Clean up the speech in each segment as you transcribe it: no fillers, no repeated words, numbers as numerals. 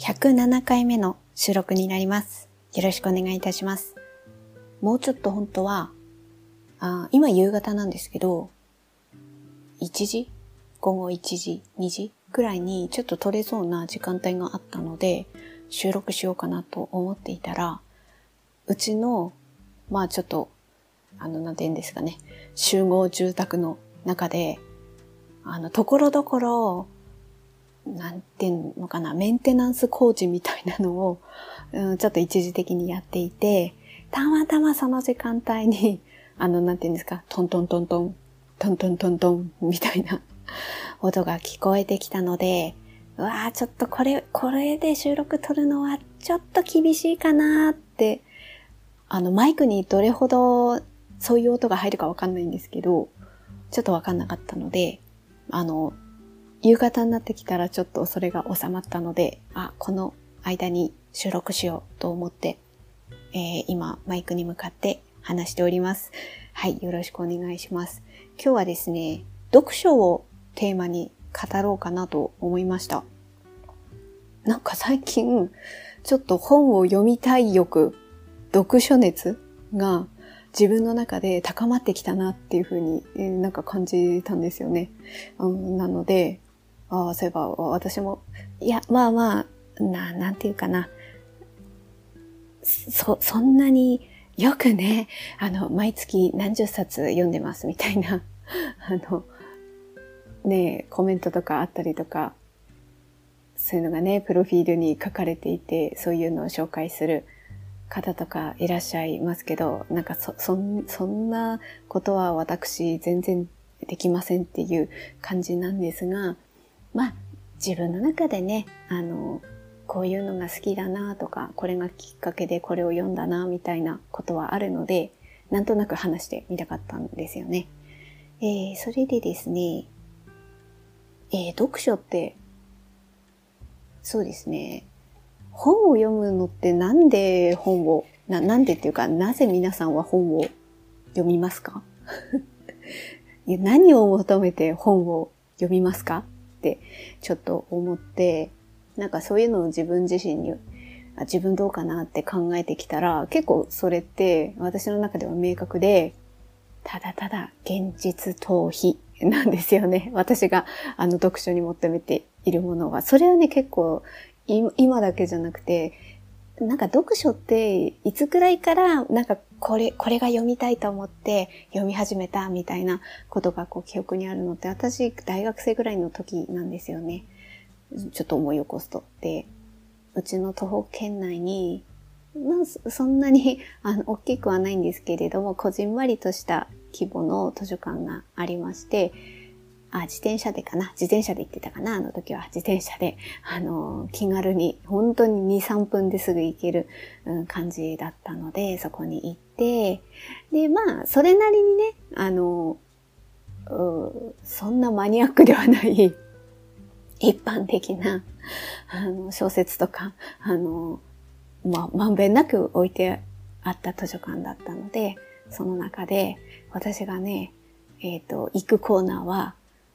107回目の収録になります。よろしくお願いいたします。もうちょっと本当は、今夕方なんですけど、午後1時、2時くらいにちょっと撮れそうな時間帯があったので、収録しようかなと思っていたら、うちの、ちょっと、なんて言うんですかね、集合住宅の中で、ところどころ、なんていうのかな、メンテナンス工事みたいなのを、ちょっと一時的にやっていて、たまたまその時間帯に、なんていうんですか、トントントントン、トントントントン、みたいな音が聞こえてきたので、ちょっとこれで収録撮るのはちょっと厳しいかなって、マイクにどれほどそういう音が入るかわかんないんですけど、ちょっとわかんなかったので、夕方になってきたらちょっとそれが収まったので、この間に収録しようと思って、今マイクに向かって話しております。はい、よろしくお願いします。今日はですね、読書をテーマに語ろうかなと思いました。なんか最近、ちょっと本を読みたい欲、読書熱が自分の中で高まってきたなっていうふうに、なんか感じたんですよね。なので、そういえば私も、なんていうかな。そんなによくね、毎月何十冊読んでますみたいな、コメントとかあったりとか、そういうのがね、プロフィールに書かれていて、そういうのを紹介する方とかいらっしゃいますけど、なんかそんなことは私全然できませんっていう感じなんですが、自分の中でね、こういうのが好きだなとか、これがきっかけでこれを読んだなみたいなことはあるので、なんとなく話してみたかったんですよね。それでですね、読書って、そうですね、本を読むのってなんでなんでっていうか、なぜ皆さんは本を読みますか？何を求めて本を読みますかってちょっと思って、なんかそういうのを自分自身に、自分どうかなって考えてきたら、結構それって私の中では明確で、ただただ現実逃避なんですよね。私が読書に求めているものは。それはね、結構今だけじゃなくて、なんか読書っていつくらいからなんかこれが読みたいと思って読み始めたみたいなことが記憶にあるのって、私大学生ぐらいの時なんですよね。ちょっと思い起こすと。で、うちの徒歩圏内に、そんなに大きくはないんですけれども、こじんまりとした規模の図書館がありまして、自転車で行ってたかな、あの時は。自転車で、気軽に、本当に2、3分ですぐ行ける、感じだったので、そこに行って、で、それなりにね、そんなマニアックではない一般的な、小説とか、まんべんなく置いてあった図書館だったので、その中で、私がね、行くコーナーは、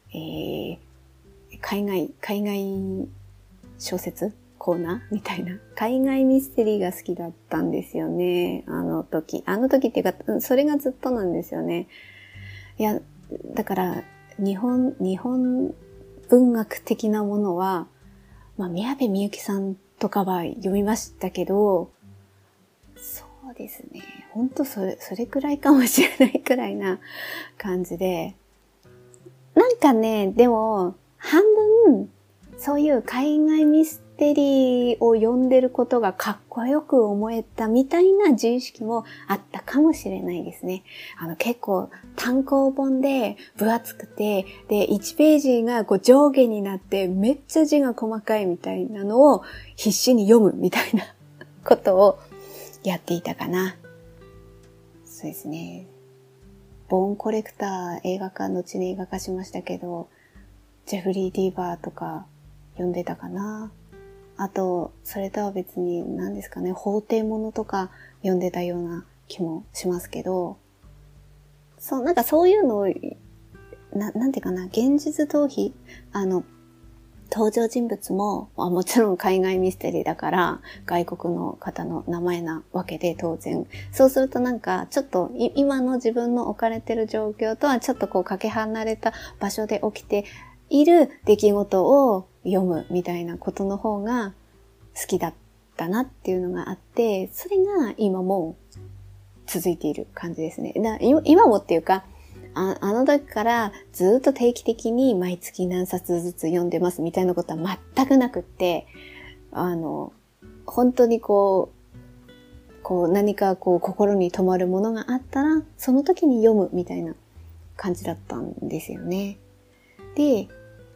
海外小説コーナーみたいな、海外ミステリーが好きだったんですよね。あの時っていうか、それがずっとなんですよね。いや、だから、日本文学的なものは、宮部みゆきさんとかは読みましたけど、そうですね。ほんとそれくらいかもしれないくらいな感じで、なんかね、でも、半分、そういう海外ミステリーを読んでることがかっこよく思えたみたいな自意識もあったかもしれないですね。結構単行本で分厚くて、で、1ページが上下になってめっちゃ字が細かいみたいなのを必死に読むみたいなことをやっていたかな。そうですね。ボーンコレクター映画化、後に映画化しましたけど、ジェフリー・ディーバーとか読んでたかな。あと、それとは別に何ですかね、法廷ものとか読んでたような気もしますけど、なんかそういうのを、なんていうかな、現実逃避登場人物も、もちろん海外ミステリーだから外国の方の名前なわけで当然。そうするとなんかちょっと今の自分の置かれてる状況とはちょっとこうかけ離れた場所で起きている出来事を読むみたいなことの方が好きだったなっていうのがあって、それが今も続いている感じですね。今もっていうか、あの時からずっと定期的に毎月何冊ずつ読んでますみたいなことは全くなくって、本当にこう何かこう心に留まるものがあったら、その時に読むみたいな感じだったんですよね。で、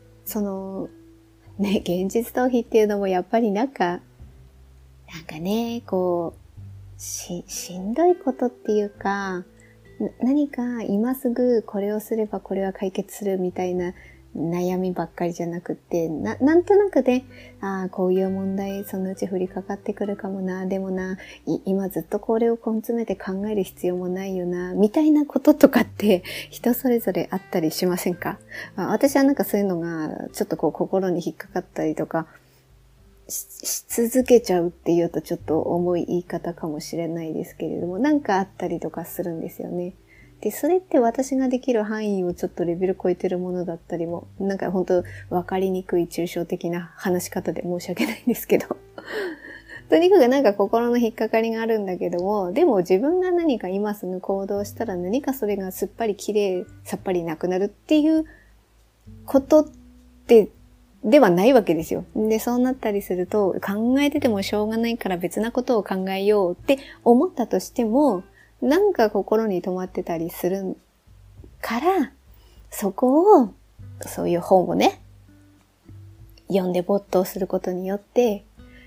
現実逃避っていうのもやっぱりなんかね、こう、しんどいことっていうか、何か今すぐこれをすればこれは解決するみたいな悩みばっかりじゃなくて、なんとなくで、こういう問題そのうち降りかかってくるかもな、でもな、今ずっとこれを根詰めて考える必要もないよな、みたいなこととかって人それぞれあったりしませんか？私はなんかそういうのがちょっとこう心に引っかかったりとかし続けちゃうっていうとちょっと重い言い方かもしれないですけれども、なんかあったりとかするんですよね。で、それって私ができる範囲をちょっとレベル超えてるものだったりも、なんか本当分かりにくい抽象的な話し方で申し訳ないんですけど。とにかくなんか心の引っかかりがあるんだけども、でも自分が何か今すぐ行動したら何かそれがすっぱり綺麗、さっぱりなくなるっていうことってではないわけですよ。で、そうなったりすると考えててもしょうがないから別なことを考えようって思ったとしても、なんか心に留まってたりするから、そこを、そういう本をね、読んで没頭することによって、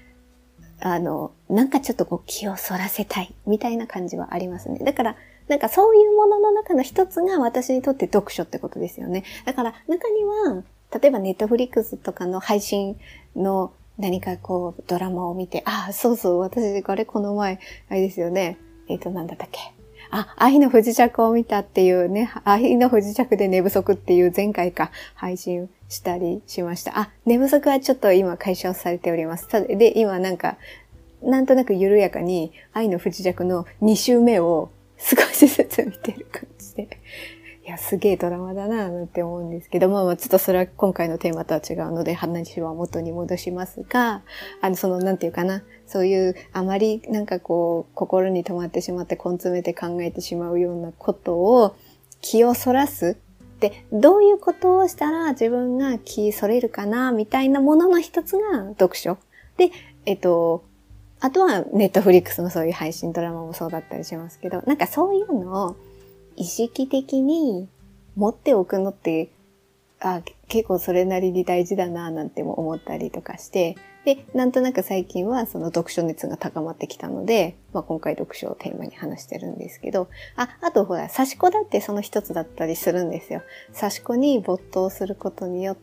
なんかちょっとこう気をそらせたいみたいな感じはありますね。だから、なんかそういうものの中の一つが私にとって読書ってことですよね。だから中には、例えばネットフリックスとかの配信の何かこうドラマを見て、そうそう、私この前、あれですよね。なんだったっけ。愛の不時着を見たっていうね、愛の不時着で寝不足っていう前回か配信したりしました。寝不足はちょっと今解消されております。で、今なんとなく緩やかに愛の不時着の2週目を少しずつ見てる感じで。いや、すげえドラマだなぁって思うんですけど、ちょっとそれは今回のテーマとは違うので話は元に戻しますが、なんていうかな、そういうあまりなんかこう、心に留まってしまって根詰めて考えてしまうようなことを気をそらすで、どういうことをしたら自分が気それるかなみたいなものの一つが読書。で、あとはネットフリックスのそういう配信ドラマもそうだったりしますけど、なんかそういうのを意識的に持っておくのって、結構それなりに大事だななんても思ったりとかして、で、なんとなく最近はその読書熱が高まってきたので、今回読書をテーマに話してるんですけど、あとほら、刺し子だってその一つだったりするんですよ。刺し子に没頭することによって、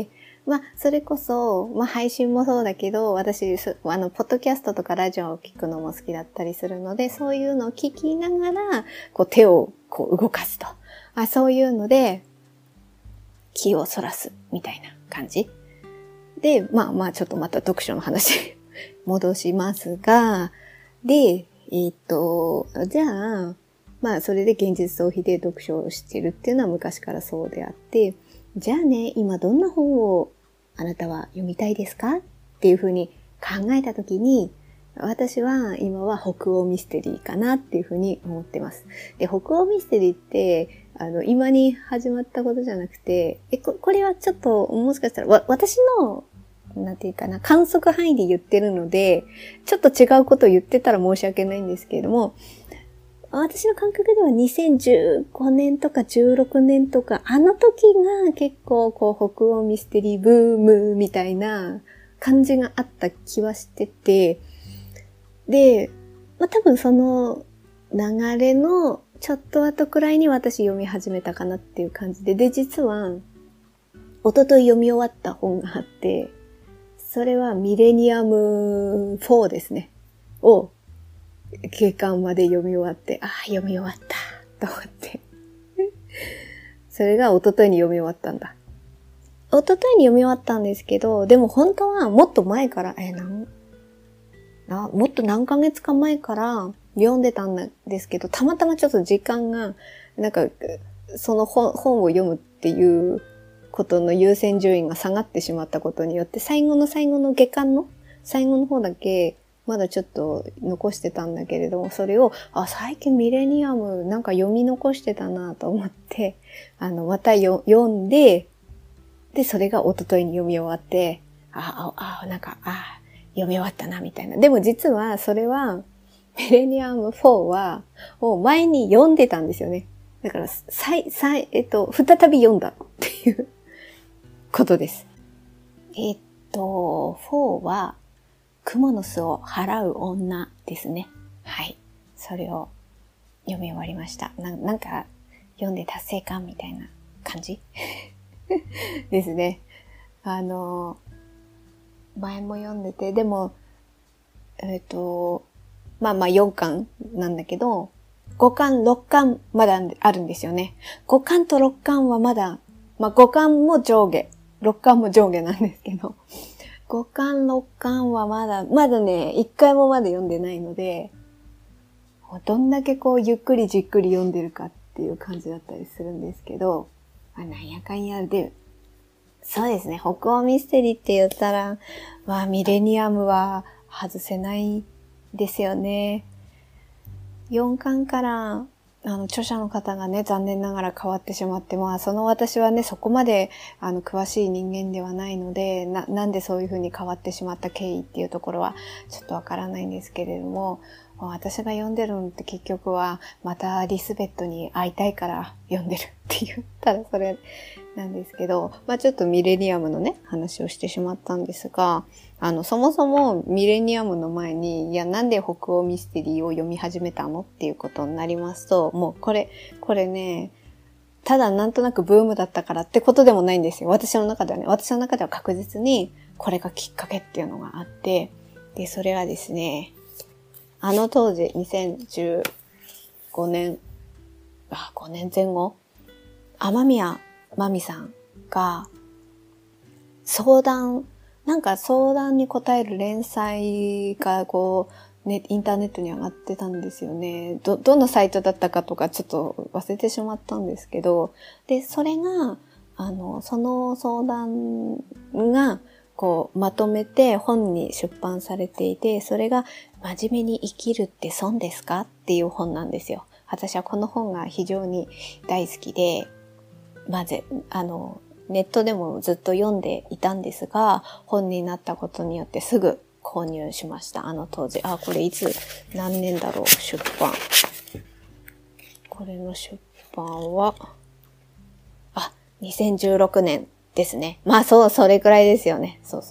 それこそ、配信もそうだけど、私、ポッドキャストとかラジオを聞くのも好きだったりするので、そういうのを聞きながら、こう手をこう動かすと。そういうので、気をそらす、みたいな感じ。で、ちょっとまた読書の話戻しますが、で、じゃあ、それで現実逃避で読書をしてるっていうのは昔からそうであって、じゃあね、今どんな本をあなたは読みたいですかっていうふうに考えたときに、私は今は北欧ミステリーかなっていうふうに思ってます。で、北欧ミステリーって、今に始まったことじゃなくて、これはちょっと、もしかしたら、私の、なんていうかな、観測範囲で言ってるので、ちょっと違うことを言ってたら申し訳ないんですけれども、私の感覚では2015年とか16年とか、あの時が結構こう北欧ミステリーブームみたいな感じがあった気はしてて、で、多分その流れのちょっと後くらいに私読み始めたかなっていう感じで、で、実は一昨日読み終わった本があって、それはミレニアム4ですね。を下巻まで読み終わって、読み終わったと思って。それが一昨日に読み終わったんだ。 一昨日に読み終わったんですけど、でも本当はもっと前から、もっと何ヶ月か前から読んでたんですけど、たまたまちょっと時間が、なんか、その本を読むっていうことの優先順位が下がってしまったことによって、最後の下巻の最後の方だけ、まだちょっと残してたんだけれども、それを、最近ミレニアムなんか読み残してたなと思って、また読んで、で、それが一昨日に読み終わって、読み終わったな、みたいな。でも実は、それは、ミレニアム4は、もう前に読んでたんですよね。だから、再び読んだっていうことです。4は、クモの巣を払う女ですね。はい。それを読み終わりました。なんか、読んで達成感みたいな感じですね。前も読んでて、でも、4巻なんだけど、5巻、6巻まだあるんですよね。5巻と6巻はまだ、5巻も上下、6巻も上下なんですけど、5巻、6巻はまだね、1回もまだ読んでないので、どんだけゆっくりじっくり読んでるかっていう感じだったりするんですけど、なんやかんやで、そうですね、北欧ミステリーって言ったら、ミレニアムは外せないですよね。4巻から、著者の方がね、残念ながら変わってしまって、その私はね、そこまで、詳しい人間ではないので、なんでそういう風に変わってしまった経緯っていうところは、ちょっとわからないんですけれども、私が読んでるのって結局は、またリスベットに会いたいから読んでるって言ったらそれなんですけど、ちょっとミレニアムのね、話をしてしまったんですが、そもそもミレニアムの前に、なんで北欧ミステリーを読み始めたのっていうことになりますと、もうこれね、ただなんとなくブームだったからってことでもないんですよ。私の中では確実にこれがきっかけっていうのがあって、で、それはですね、当時2015年、5年前後、天宮真美さんが相談に答える連載がインターネットに上がってたんですよね。どのサイトだったかとかちょっと忘れてしまったんですけど、で、それが、その相談が、まとめて本に出版されていて、それが真面目に生きるって損ですかっていう本なんですよ。私はこの本が非常に大好きで、ネットでもずっと読んでいたんですが、本になったことによってすぐ購入しました。当時。これ何年だろう、出版。これの出版は、2016年ですね。それくらいですよね。そう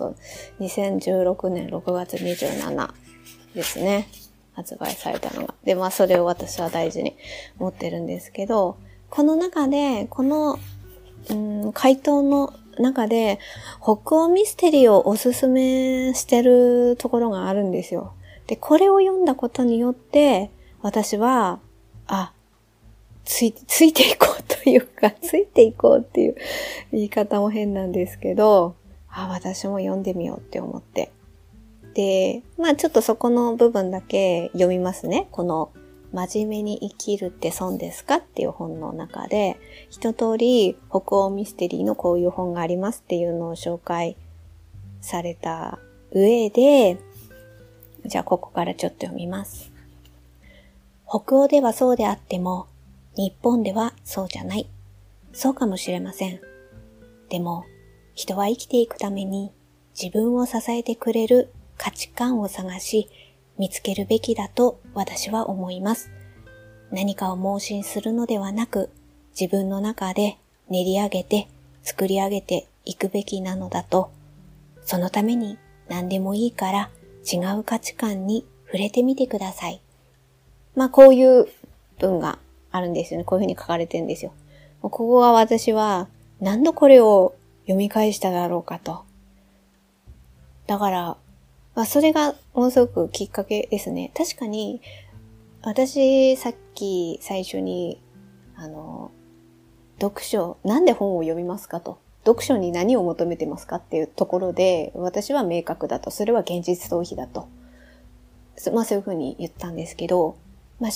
。2016年6月27ですね。発売されたのが。で、それを私は大事に持ってるんですけど、この中で、回答の中で、北欧ミステリーをおすすめしてるところがあるんですよ。で、これを読んだことによって、私は、ついていこうというか、ついていこうっていう言い方も変なんですけど、私も読んでみようって思って。で、ちょっとそこの部分だけ読みますね。この、真面目に生きるって損ですかっていう本の中で、一通り北欧ミステリーのこういう本がありますっていうのを紹介された上で、じゃあここからちょっと読みます。北欧ではそうであっても、日本ではそうじゃない。そうかもしれません。でも、人は生きていくために自分を支えてくれる価値観を探し、見つけるべきだと私は思います。何かを盲信するのではなく、自分の中で練り上げて作り上げていくべきなのだと、そのために何でもいいから違う価値観に触れてみてください。こういう文があるんですよね。こういうふうに書かれてるんですよ。ここは私は何度これを読み返しただろうかと。だから、それがものすごくきっかけですね。確かに、私さっき最初に、読書、なんで本を読みますかと読書に何を求めてますかっていうところで、私は明確だと。それは現実逃避だと。まあそういうふうに言ったんですけど、まあ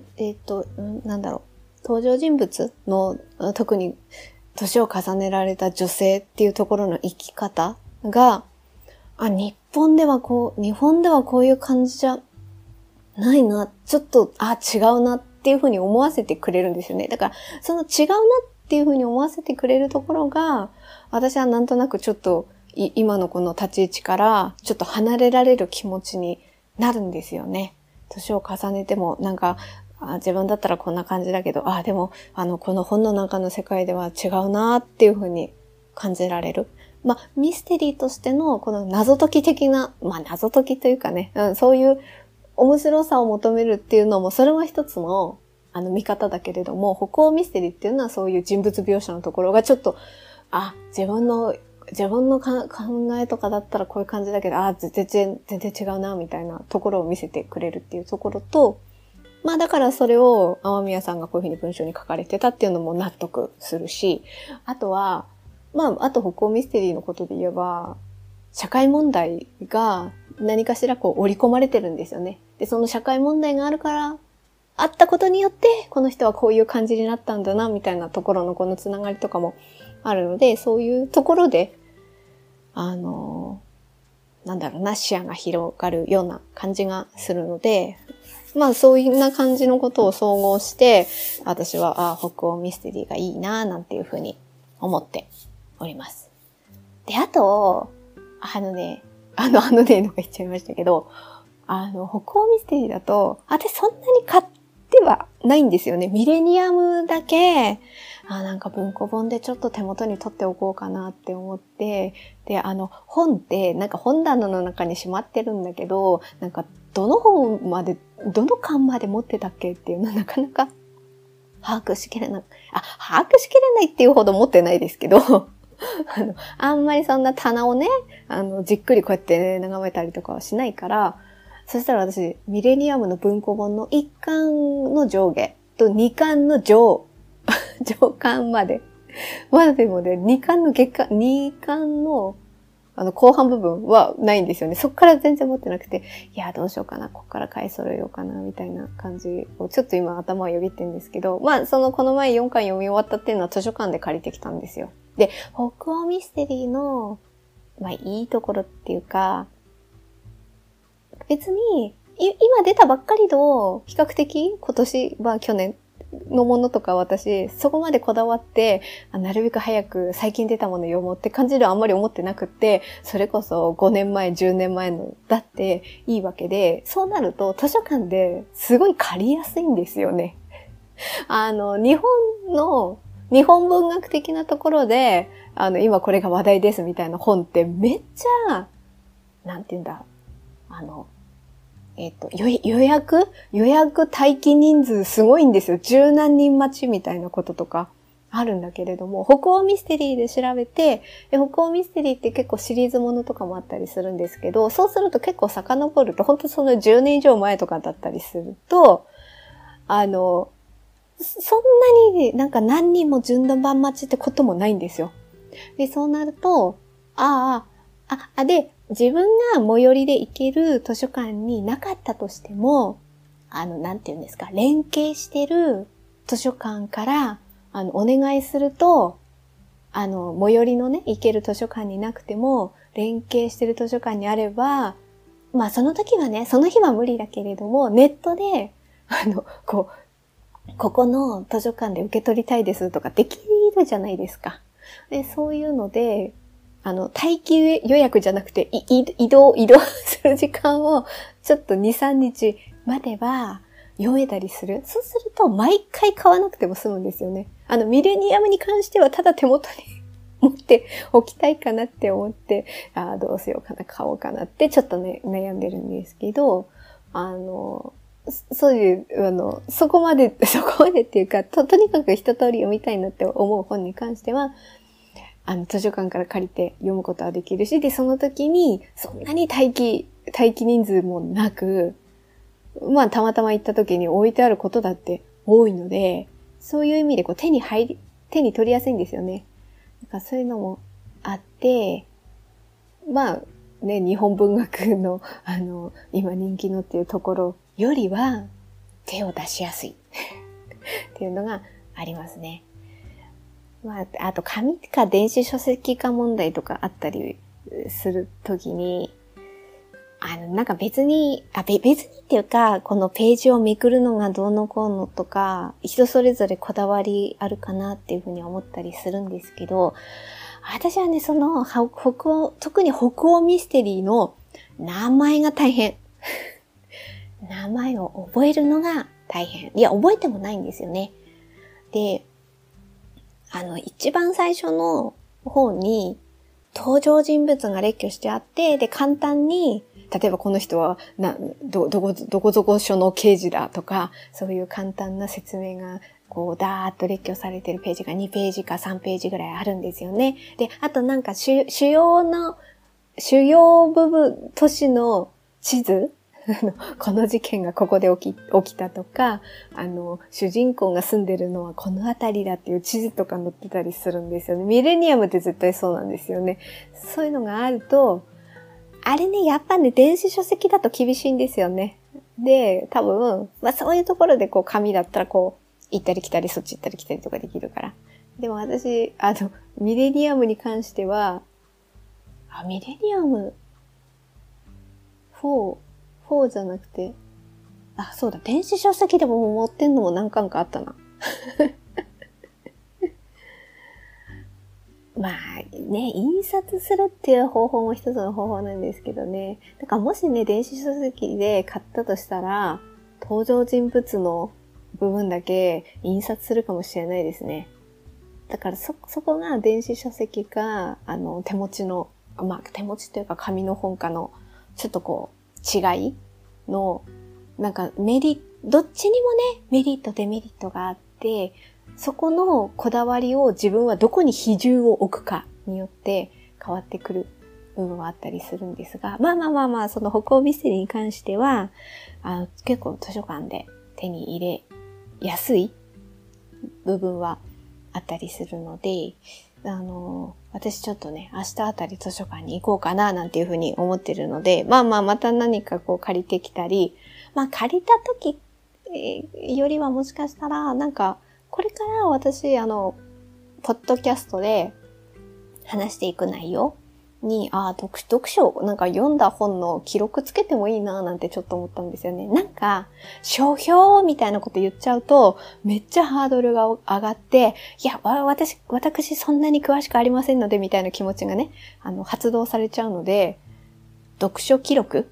登場人物の、特に年を重ねられた女性っていうところの生き方が、日本ではこういう感じじゃないな、ちょっと、違うなっていうふうに思わせてくれるんですよね。だから、その違うなっていうふうに思わせてくれるところが、私はなんとなくちょっと、今のこの立ち位置から、ちょっと離れられる気持ちになるんですよね。年を重ねても、なんか、自分だったらこんな感じだけど、でも、この本の中の世界では違うなっていうふうに感じられる。まあ、ミステリーとしての、この謎解き的な、謎解きというかね、そういう面白さを求めるっていうのも、それは一つの、見方だけれども、北欧ミステリーっていうのはそういう人物描写のところがちょっと、自分の考えとかだったらこういう感じだけど、全然違うな、みたいなところを見せてくれるっていうところと、まあだからそれを天宮さんがこういうふうに文章に書かれてたっていうのも納得するし、あとは、あと北欧ミステリーのことで言えば、社会問題が何かしら織り込まれてるんですよね。で、その社会問題があったことによって、この人はこういう感じになったんだな、みたいなところのこのつながりとかもあるので、そういうところで、視野が広がるような感じがするので、そういうな感じのことを総合して、私は、北欧ミステリーがいいな、なんていうふうに思っております。で、あと、とか言っちゃいましたけど、北欧ミステリーだと、私そんなに買ってはないんですよね。ミレニアムだけ、なんか文庫本でちょっと手元に取っておこうかなって思って、で、本って、なんか本棚の中にしまってるんだけど、なんかどの巻まで持ってたっけっていうのはなかなか把握しきれないっていうほど持ってないですけど、あんまりそんな棚をね、じっくりこうやってね、眺めたりとかはしないから、そしたら私、ミレニアムの文庫本の1巻の上下と2巻の上巻まで。でもね、2巻の後半部分はないんですよね。そっから全然持ってなくて、どうしようかな、こっから買い揃えようかな、みたいな感じを、ちょっと今頭をよぎってるんですけど、この前4巻読み終わったっていうのは図書館で借りてきたんですよ。で、北欧ミステリーの、いいところっていうか、別に、今出たばっかりの、比較的、今年、去年のものとか私、そこまでこだわって、なるべく早く最近出たもの読もうって感じではあんまり思ってなくって、それこそ5年前、10年前のだっていいわけで、そうなると図書館ですごい借りやすいんですよね。日本文学的なところで、今これが話題ですみたいな本ってめっちゃ、なんて言うんだ、予約待機人数すごいんですよ。十何人待ちみたいなこととかあるんだけれども、北欧ミステリーで調べて、北欧ミステリーって結構シリーズものとかもあったりするんですけど、そうすると結構遡ると、本当その10年以上前とかだったりすると、そんなになんか何人も順番待ちってこともないんですよ。で、そうなると、で、自分が最寄りで行ける図書館になかったとしても、なんて言うんですか、連携してる図書館から、お願いすると、最寄りのね、行ける図書館になくても、連携してる図書館にあれば、その時はね、その日は無理だけれども、ネットで、ここの図書館で受け取りたいですとかできるじゃないですか。で、そういうので、待機予約じゃなくて、移動する時間をちょっと2、3日待てば読めたりする。そうすると毎回買わなくても済むんですよね。ミレニアムに関してはただ手元に持っておきたいかなって思って、どうしようかな、買おうかなってちょっとね、悩んでるんですけど、そういう、そこまでっていうか、とにかく一通り読みたいなって思う本に関しては、図書館から借りて読むことはできるし、で、その時に、そんなに待機人数もなく、たまたま行った時に置いてあることだって多いので、そういう意味で手に取りやすいんですよね。 なんかそういうのもあって、まあね、日本文学の今人気のっていうところよりは手を出しやすいっていうのがありますね。まあ、あと紙か電子書籍化問題とかあったりするときに、なんか別にっていうか、このページをめくるのがどうのこうのとか、人それぞれこだわりあるかなっていうふうに思ったりするんですけど、私はね、特に北欧ミステリーの名前が大変。名前を覚えるのが大変。いや、覚えてもないんですよね。で、一番最初の方に登場人物が列挙してあって、で、簡単に、例えばこの人は、どこ署の刑事だとか、そういう簡単な説明が、こう、ダーッと列挙されてるページが2ページか3ページぐらいあるんですよね。で、あとなんか主要部分、都市の地図この事件がここで起きたとか、主人公が住んでるのはこの辺りだっていう地図とか載ってたりするんですよね。ミレニアムって絶対そうなんですよね。そういうのがあると、あれね、やっぱね、電子書籍だと厳しいんですよね。で、多分、まあそういうところでこう紙だったらこう、行ったり来たりそっち行ったり来たりとかできるから。でも私、ミレニアムに関しては、ミレニアム4じゃなくて、そうだ、電子書籍でも持ってんのも何巻かあったな。まあね、印刷するっていう方法も一つの方法なんですけどね。だからもしね、電子書籍で買ったとしたら、登場人物の部分だけ印刷するかもしれないですね。だからそこが電子書籍か、手持ちというか紙の本かの、ちょっとこう、違いの、なんかどっちにもね、メリット、デメリットがあって、そこのこだわりを自分はどこに比重を置くかによって変わってくる部分はあったりするんですが、まあ、その北欧ミステリーに関しては、結構図書館で手に入れやすい部分はあったりするので、私ちょっとね、明日あたり図書館に行こうかななんていうふうに思ってるので、また何かこう借りてきたり、借りた時よりはもしかしたら、なんか、これから私、ポッドキャストで話していく内容に、読書、なんか読んだ本の記録つけてもいいななんてちょっと思ったんですよね。なんか、書評みたいなこと言っちゃうと、めっちゃハードルが上がって、いや、私そんなに詳しくありませんので、みたいな気持ちがね、発動されちゃうので、読書記録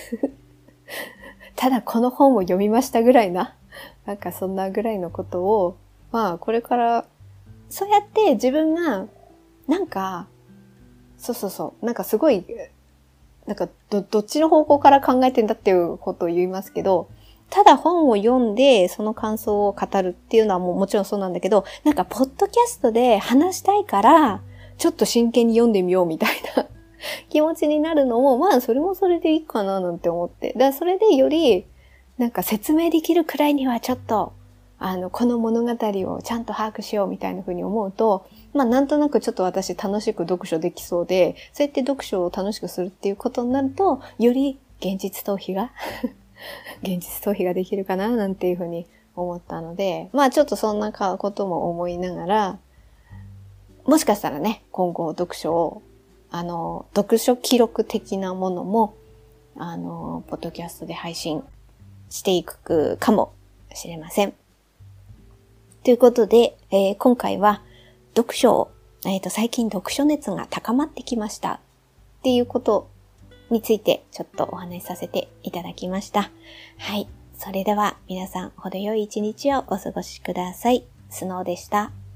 ただこの本を読みましたぐらいな、なんかそんなぐらいのことを、これから、そうやって自分が、なんか、なんかすごい、なんかどっちの方向から考えてんだっていうことを言いますけど、ただ本を読んでその感想を語るっていうのはもちろんそうなんだけど、なんかポッドキャストで話したいから、ちょっと真剣に読んでみようみたいな気持ちになるのも、それもそれでいいかななんて思って。だからそれでより、なんか説明できるくらいにはちょっと、この物語をちゃんと把握しようみたいな風に思うと、なんとなくちょっと私楽しく読書できそうで、そうやって読書を楽しくするっていうことになると、より現実逃避ができるかななんていう風に思ったので、ちょっとそんなことも思いながら、もしかしたらね、今後読書記録的なものも、ポッドキャストで配信していくかもしれません。ということで、今回は読書を、最近読書熱が高まってきましたっていうことについてちょっとお話しさせていただきました。はい。それでは皆さん程よい一日をお過ごしください。スノーでした。